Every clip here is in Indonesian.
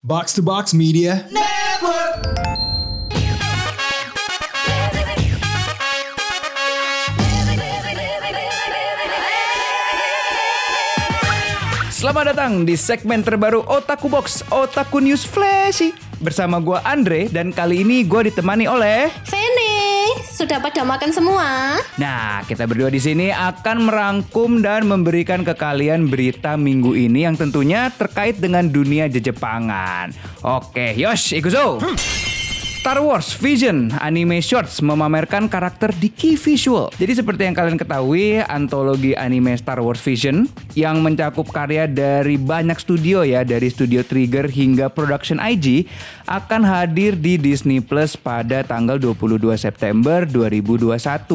Box to Box Media Network. Selamat datang di segmen terbaru Otaku Box, Otaku News Flashy. Bersama gue Andre dan kali ini gue ditemani oleh Vene. Sudah pada makan semua? Nah, kita berdua di sini akan merangkum dan memberikan ke kalian berita minggu ini yang tentunya terkait dengan dunia Jejepangan. Oke, yosh, ikuzo. Star Wars Vision Anime Shorts memamerkan karakter di key visual. Jadi seperti yang kalian ketahui, antologi anime Star Wars Vision yang mencakup karya dari banyak studio ya, dari studio Trigger hingga Production IG akan hadir di Disney Plus pada tanggal 22 September 2021.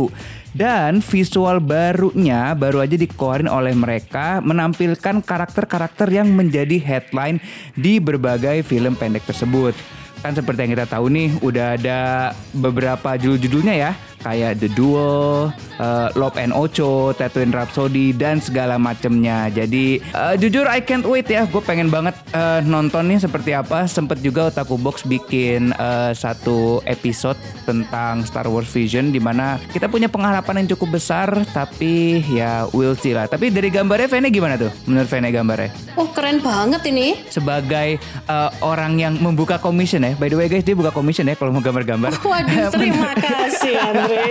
Dan visual barunya baru aja dikeluarin oleh mereka menampilkan karakter-karakter yang menjadi headline di berbagai film pendek tersebut. Kan seperti yang kita tahu nih, udah ada beberapa judul-judulnya ya, kayak The Duel, Love and Ocho, Tatooine Rhapsody, dan segala macemnya. Jadi jujur I can't wait ya, gue pengen banget nontonnya seperti apa. Sempet juga Otaku Box bikin satu episode tentang Star Wars Vision, dimana kita punya pengharapan yang cukup besar, tapi ya we'll see lah. Tapi dari gambarnya Vene gimana tuh? Menurut Vene gambarnya? Oh keren banget ini. Sebagai orang yang membuka commission ya, by the way guys, dia buka commission ya kalau mau gambar-gambar. Waduh, terima kasih Andre.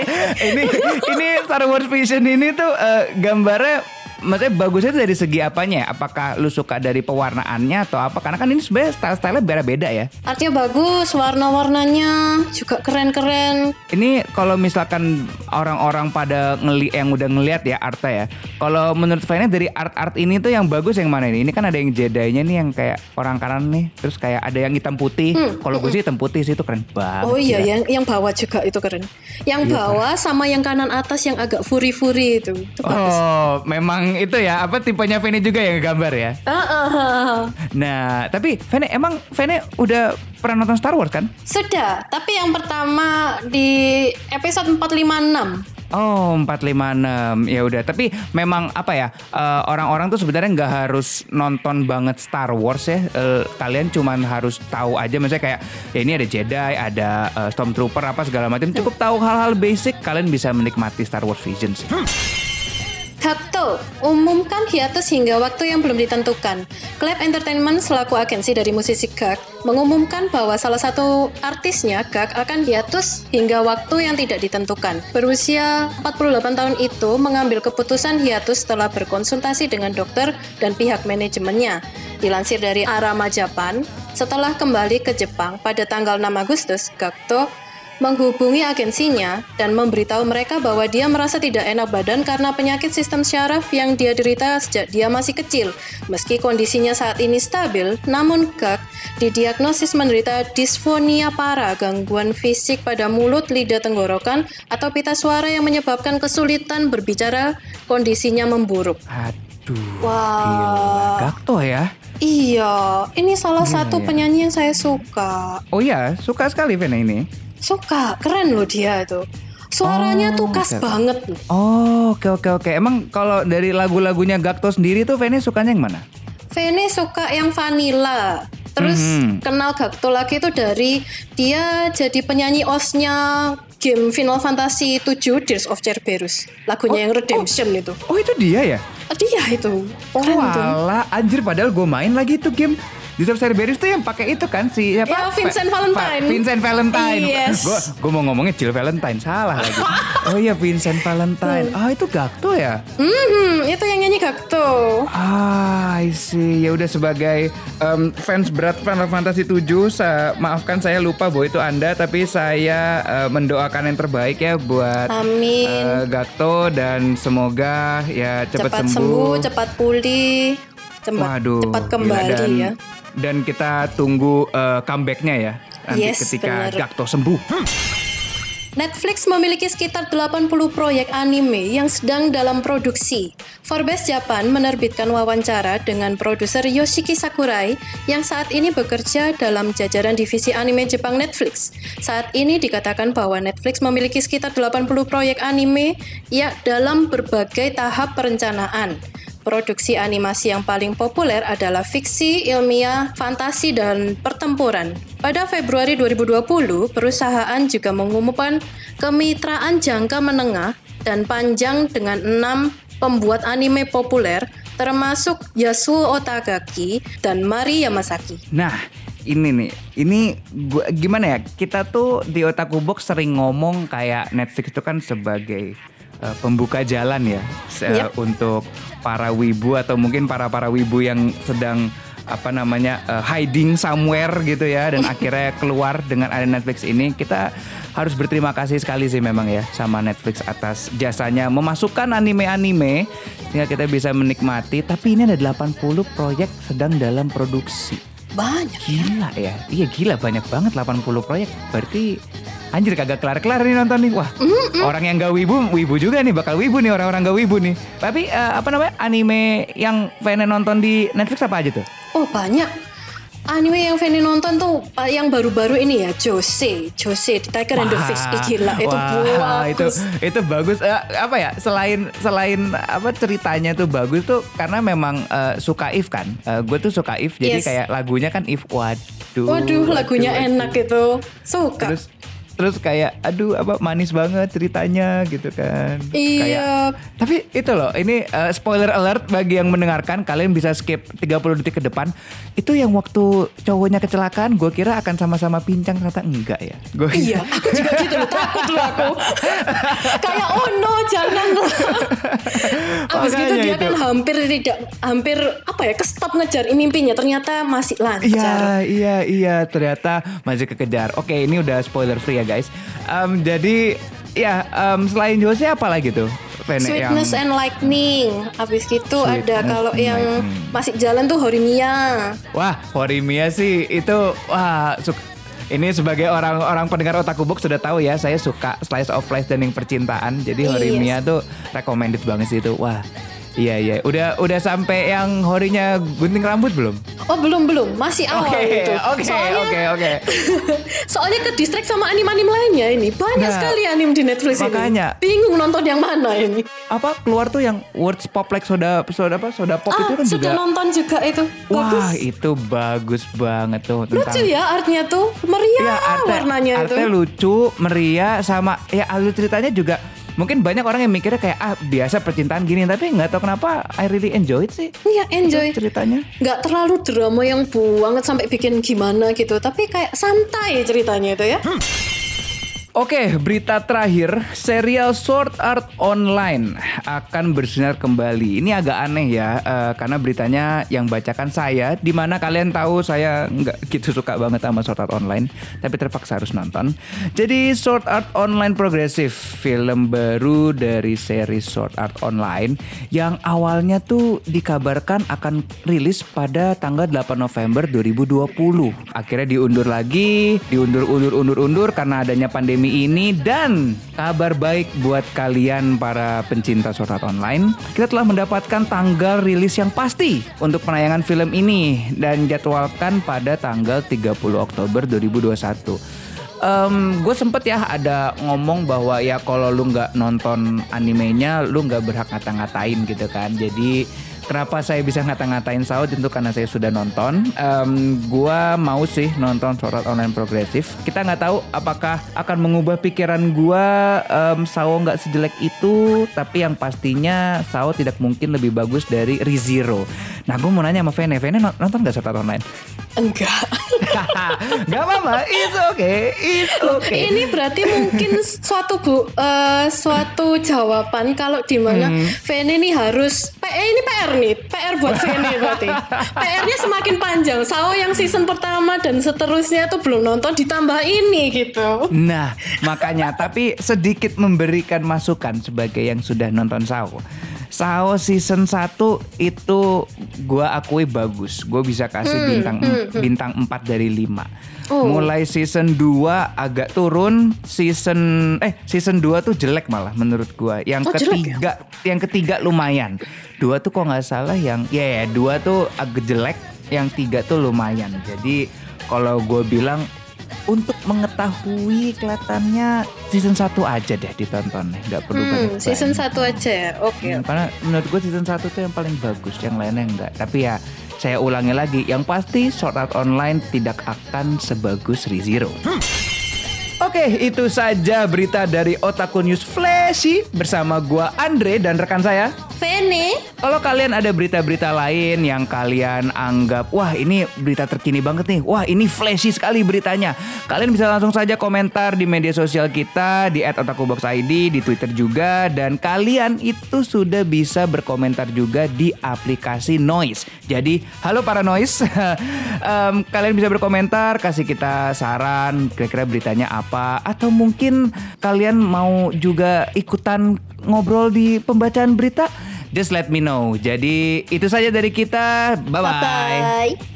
ini Star Wars Vision ini tuh gambarnya maksudnya bagusnya itu dari segi apanya ya? Apakah lu suka dari pewarnaannya atau apa? Karena kan ini sebenarnya style-stylenya beda-beda ya. Artinya bagus, warna-warnanya juga keren-keren. Ini kalau misalkan orang-orang pada yang udah ngeliat ya artnya ya. Kalau menurut Vanya dari art ini tuh yang bagus yang mana ini? Ini kan ada yang Jedi-nya nih yang kayak orang kanan nih. Terus kayak ada yang hitam putih. Kalau gue sih hitam putih sih itu keren banget. Oh iya, yang bawah juga itu keren. Yang bawah sama yang kanan atas yang agak furi-furi itu bagus. Oh, memang itu ya, apa tipenya Vene juga yang gambar ya? Nah, tapi Vene udah pernah nonton Star Wars kan? Sudah, tapi yang pertama di episode 456. Oh, 456. Ya udah, tapi memang apa ya? Orang-orang tuh sebenarnya nggak harus nonton banget Star Wars ya. Kalian cuman harus tahu aja, misalnya kayak ya ini ada Jedi, ada Stormtrooper apa segala macam. Cukup tahu hal-hal basic, kalian bisa menikmati Star Wars Vision sih. Gakto, umumkan hiatus hingga waktu yang belum ditentukan. Clap Entertainment selaku agensi dari musisi Gak mengumumkan bahwa salah satu artisnya Gak akan hiatus hingga waktu yang tidak ditentukan. Berusia 48 tahun itu mengambil keputusan hiatus setelah berkonsultasi dengan dokter dan pihak manajemennya. Dilansir dari Arama Japan, setelah kembali ke Jepang pada tanggal 6 Agustus, Gakto menghubungi agensinya dan memberitahu mereka bahwa dia merasa tidak enak badan karena penyakit sistem syaraf yang dia derita sejak dia masih kecil. Meski kondisinya saat ini stabil, namun Gak didiagnosis menderita disfonia parah, gangguan fisik pada mulut, lidah, tenggorokan, atau pita suara yang menyebabkan kesulitan berbicara. Kondisinya memburuk. Aduh, wow. Gila. Gakto ya? Iya, ini salah satu penyanyi yang saya suka. Oh iya, suka sekali Vena ini. Suka, keren loh dia itu. Suaranya tuh khas banget loh. Oh, oke. Emang kalau dari lagu-lagunya Gakto sendiri tuh Vene sukanya yang mana? Vene suka yang Vanilla. Terus kenal Gakto lagi tuh dari dia jadi penyanyi OST-nya game Final Fantasy 7 Tears of Cerberus. Lagunya yang Redemption itu. Oh, itu dia ya? Dia itu. Keren tuh. Walah, anjir, padahal gue main lagi itu game. Di Cerberus tuh yang pakai itu kan si apa? Ya, Vincent Valentine. Vincent Valentine. Yes. Gue mau ngomongnya Jill Valentine, salah lagi. Oh iya, Vincent Valentine. Itu Gakto ya? Itu yang nyanyi Gakto. I see. Ya udah, sebagai fans berat Final Fantasy 7, maafkan saya lupa bahwa itu Anda, tapi saya mendoakan yang terbaik ya buat Gakto, dan semoga ya cepat sembuh, cepat pulih. Cepat kembali ya. Dan kita tunggu comeback-nya ya nanti ketika Gakto sembuh. Netflix memiliki sekitar 80 proyek anime yang sedang dalam produksi. Forbes Japan menerbitkan wawancara dengan produser Yoshiki Sakurai yang saat ini bekerja dalam jajaran divisi anime Jepang Netflix. Saat ini dikatakan bahwa Netflix memiliki sekitar 80 proyek anime yang dalam berbagai tahap perencanaan. Produksi animasi yang paling populer adalah fiksi, ilmiah, fantasi, dan pertempuran. Pada Februari 2020, perusahaan juga mengumumkan kemitraan jangka menengah dan panjang dengan 6 pembuat anime populer, termasuk Yasuo Otagaki dan Mari Yamasaki. Nah, ini gimana ya? Kita tuh di Otaku Box sering ngomong kayak Netflix itu kan sebagai pembuka jalan ya untuk para wibu atau mungkin para wibu yang sedang hiding somewhere gitu ya, dan akhirnya keluar dengan ada Netflix ini. Kita harus berterima kasih sekali sih memang ya sama Netflix atas jasanya memasukkan anime-anime sehingga kita bisa menikmati. Tapi ini ada 80 proyek sedang dalam produksi. Banyak. Gila ya. Iya gila, banyak banget 80 proyek. Berarti anjir kagak kelar-kelar nih nonton nih. Wah, orang yang gak wibu juga nih, bakal wibu nih orang-orang gak wibu nih. Tapi anime yang Vene nonton di Netflix apa aja tuh? Oh banyak. Anime yang Fanny nonton tuh yang baru-baru ini ya, Jose, The Tiger and the Fish. Gila, itu bagus. Itu bagus. Selain ceritanya tuh bagus tuh karena memang suka If kan. Gue tuh suka If, jadi kayak lagunya kan If. Waduh, lagunya enak itu. Suka. Terus kayak manis banget ceritanya gitu kan. Iya. Tapi itu loh, ini spoiler alert bagi yang mendengarkan, kalian bisa skip 30 detik ke depan. Itu yang waktu cowoknya kecelakaan, gue kira akan sama-sama pincang, ternyata enggak ya. Iya, aku juga gitu loh, takut loh aku. Kayak oh no, janganlah. Abis gitu dia kan hampir kestop ngejar mimpinya, ternyata masih lancar. Iya, ternyata masih kekejar. Oke, ini udah spoiler free ya guys. Jadi selain Jose apa lagi tuh? Sweetness and Lightning. Abis gitu ada kalau yang masih jalan tuh Horimiya. Wah, Horimiya sih itu ini sebagai orang pendengar Otaku Box sudah tahu ya, saya suka slice of life dan yang percintaan. Jadi Horimiya tuh recommended banget sih itu. Wah. Iya. Udah sampai yang horinya gunting rambut belum? Oh, belum. Masih awal itu. Oke. Soalnya ke distract sama anime-anime lainnya ini. Banyak sekali anime di Netflix makanya, ini. Bingung nonton yang mana ini. Keluar tuh yang Words Pop Like Soda pop itu kan juga. Sudah nonton juga itu. Bagus. Wah, itu bagus banget tuh. Lucu ya artnya tuh. Meriah warnanya itu. Artnya lucu, meriah, sama ya alur ceritanya juga. Mungkin banyak orang yang mikirnya kayak biasa percintaan gini, tapi nggak tahu kenapa I really enjoy it sih. Iya, enjoy ceritanya. Nggak terlalu drama yang banget sampai bikin gimana gitu, tapi kayak santai ceritanya itu ya. Oke, berita terakhir, serial Sword Art Online akan bersinar kembali. Ini agak aneh ya, karena beritanya yang bacakan saya, dimana kalian tahu saya nggak gitu suka banget sama Sword Art Online, tapi terpaksa harus nonton. Jadi Sword Art Online Progressive, film baru dari seri Sword Art Online, yang awalnya tuh dikabarkan akan rilis pada tanggal 8 November 2020. Akhirnya diundur karena adanya pandemi ini, dan kabar baik buat kalian para pencinta Sword Art Online. Kita telah mendapatkan tanggal rilis yang pasti untuk penayangan film ini dan jadwalkan pada tanggal 30 Oktober 2021. Gue sempet ya ada ngomong bahwa ya kalau lu gak nonton animenya lu gak berhak ngata-ngatain gitu kan. Jadi kenapa saya bisa ngata-ngatain Sao? Tentu karena saya sudah nonton. Gua mau sih nonton Sword Art Online Progressive. Kita nggak tahu apakah akan mengubah pikiran gua. Sao nggak sejelek itu, tapi yang pastinya Sao tidak mungkin lebih bagus dari ReZero. Nah, gue mau nanya sama Vene nonton nggak Sword Art Online? Enggak. Gak apa-apa, it's okay. Ini berarti mungkin suatu jawaban kalau di mana Vene ini harus ini PR buat Vene berarti. PR-nya semakin panjang. Sao yang season pertama dan seterusnya tuh belum nonton, ditambah ini gitu. Nah, makanya tapi sedikit memberikan masukan sebagai yang sudah nonton Sao. Sao season 1 itu gue akui bagus. Gue bisa kasih bintang 4 dari 5. Mulai season 2 agak turun, season 2 tuh jelek malah menurut gue. Yang ketiga lumayan. 2 tuh kok nggak salah 2 tuh agak jelek, yang 3 tuh lumayan. Jadi kalau gue bilang untuk mengetahui kelihatannya season 1 aja deh ditonton, nggak perlu banyak. Season 1 aja ya, oke. Karena menurut gue season 1 tuh yang paling bagus, yang lainnya enggak. Tapi ya saya ulangi lagi, yang pasti Sword Art Online tidak akan sebagus ReZero. Oke, itu saja berita dari Otaku News Flashy bersama gua Andre dan rekan saya Feni. Kalau kalian ada berita-berita lain yang kalian anggap, wah ini berita terkini banget nih, wah ini flashy sekali beritanya, kalian bisa langsung saja komentar di media sosial kita di @otakuboxid, di Twitter juga, dan kalian itu sudah bisa berkomentar juga di aplikasi Noise. Jadi halo para Noise, kalian bisa berkomentar, kasih kita saran kira-kira beritanya apa, atau mungkin kalian mau juga ikutan ngobrol di pembacaan berita. Just let me know. Jadi itu saja dari kita. Bye-bye. Bye-bye.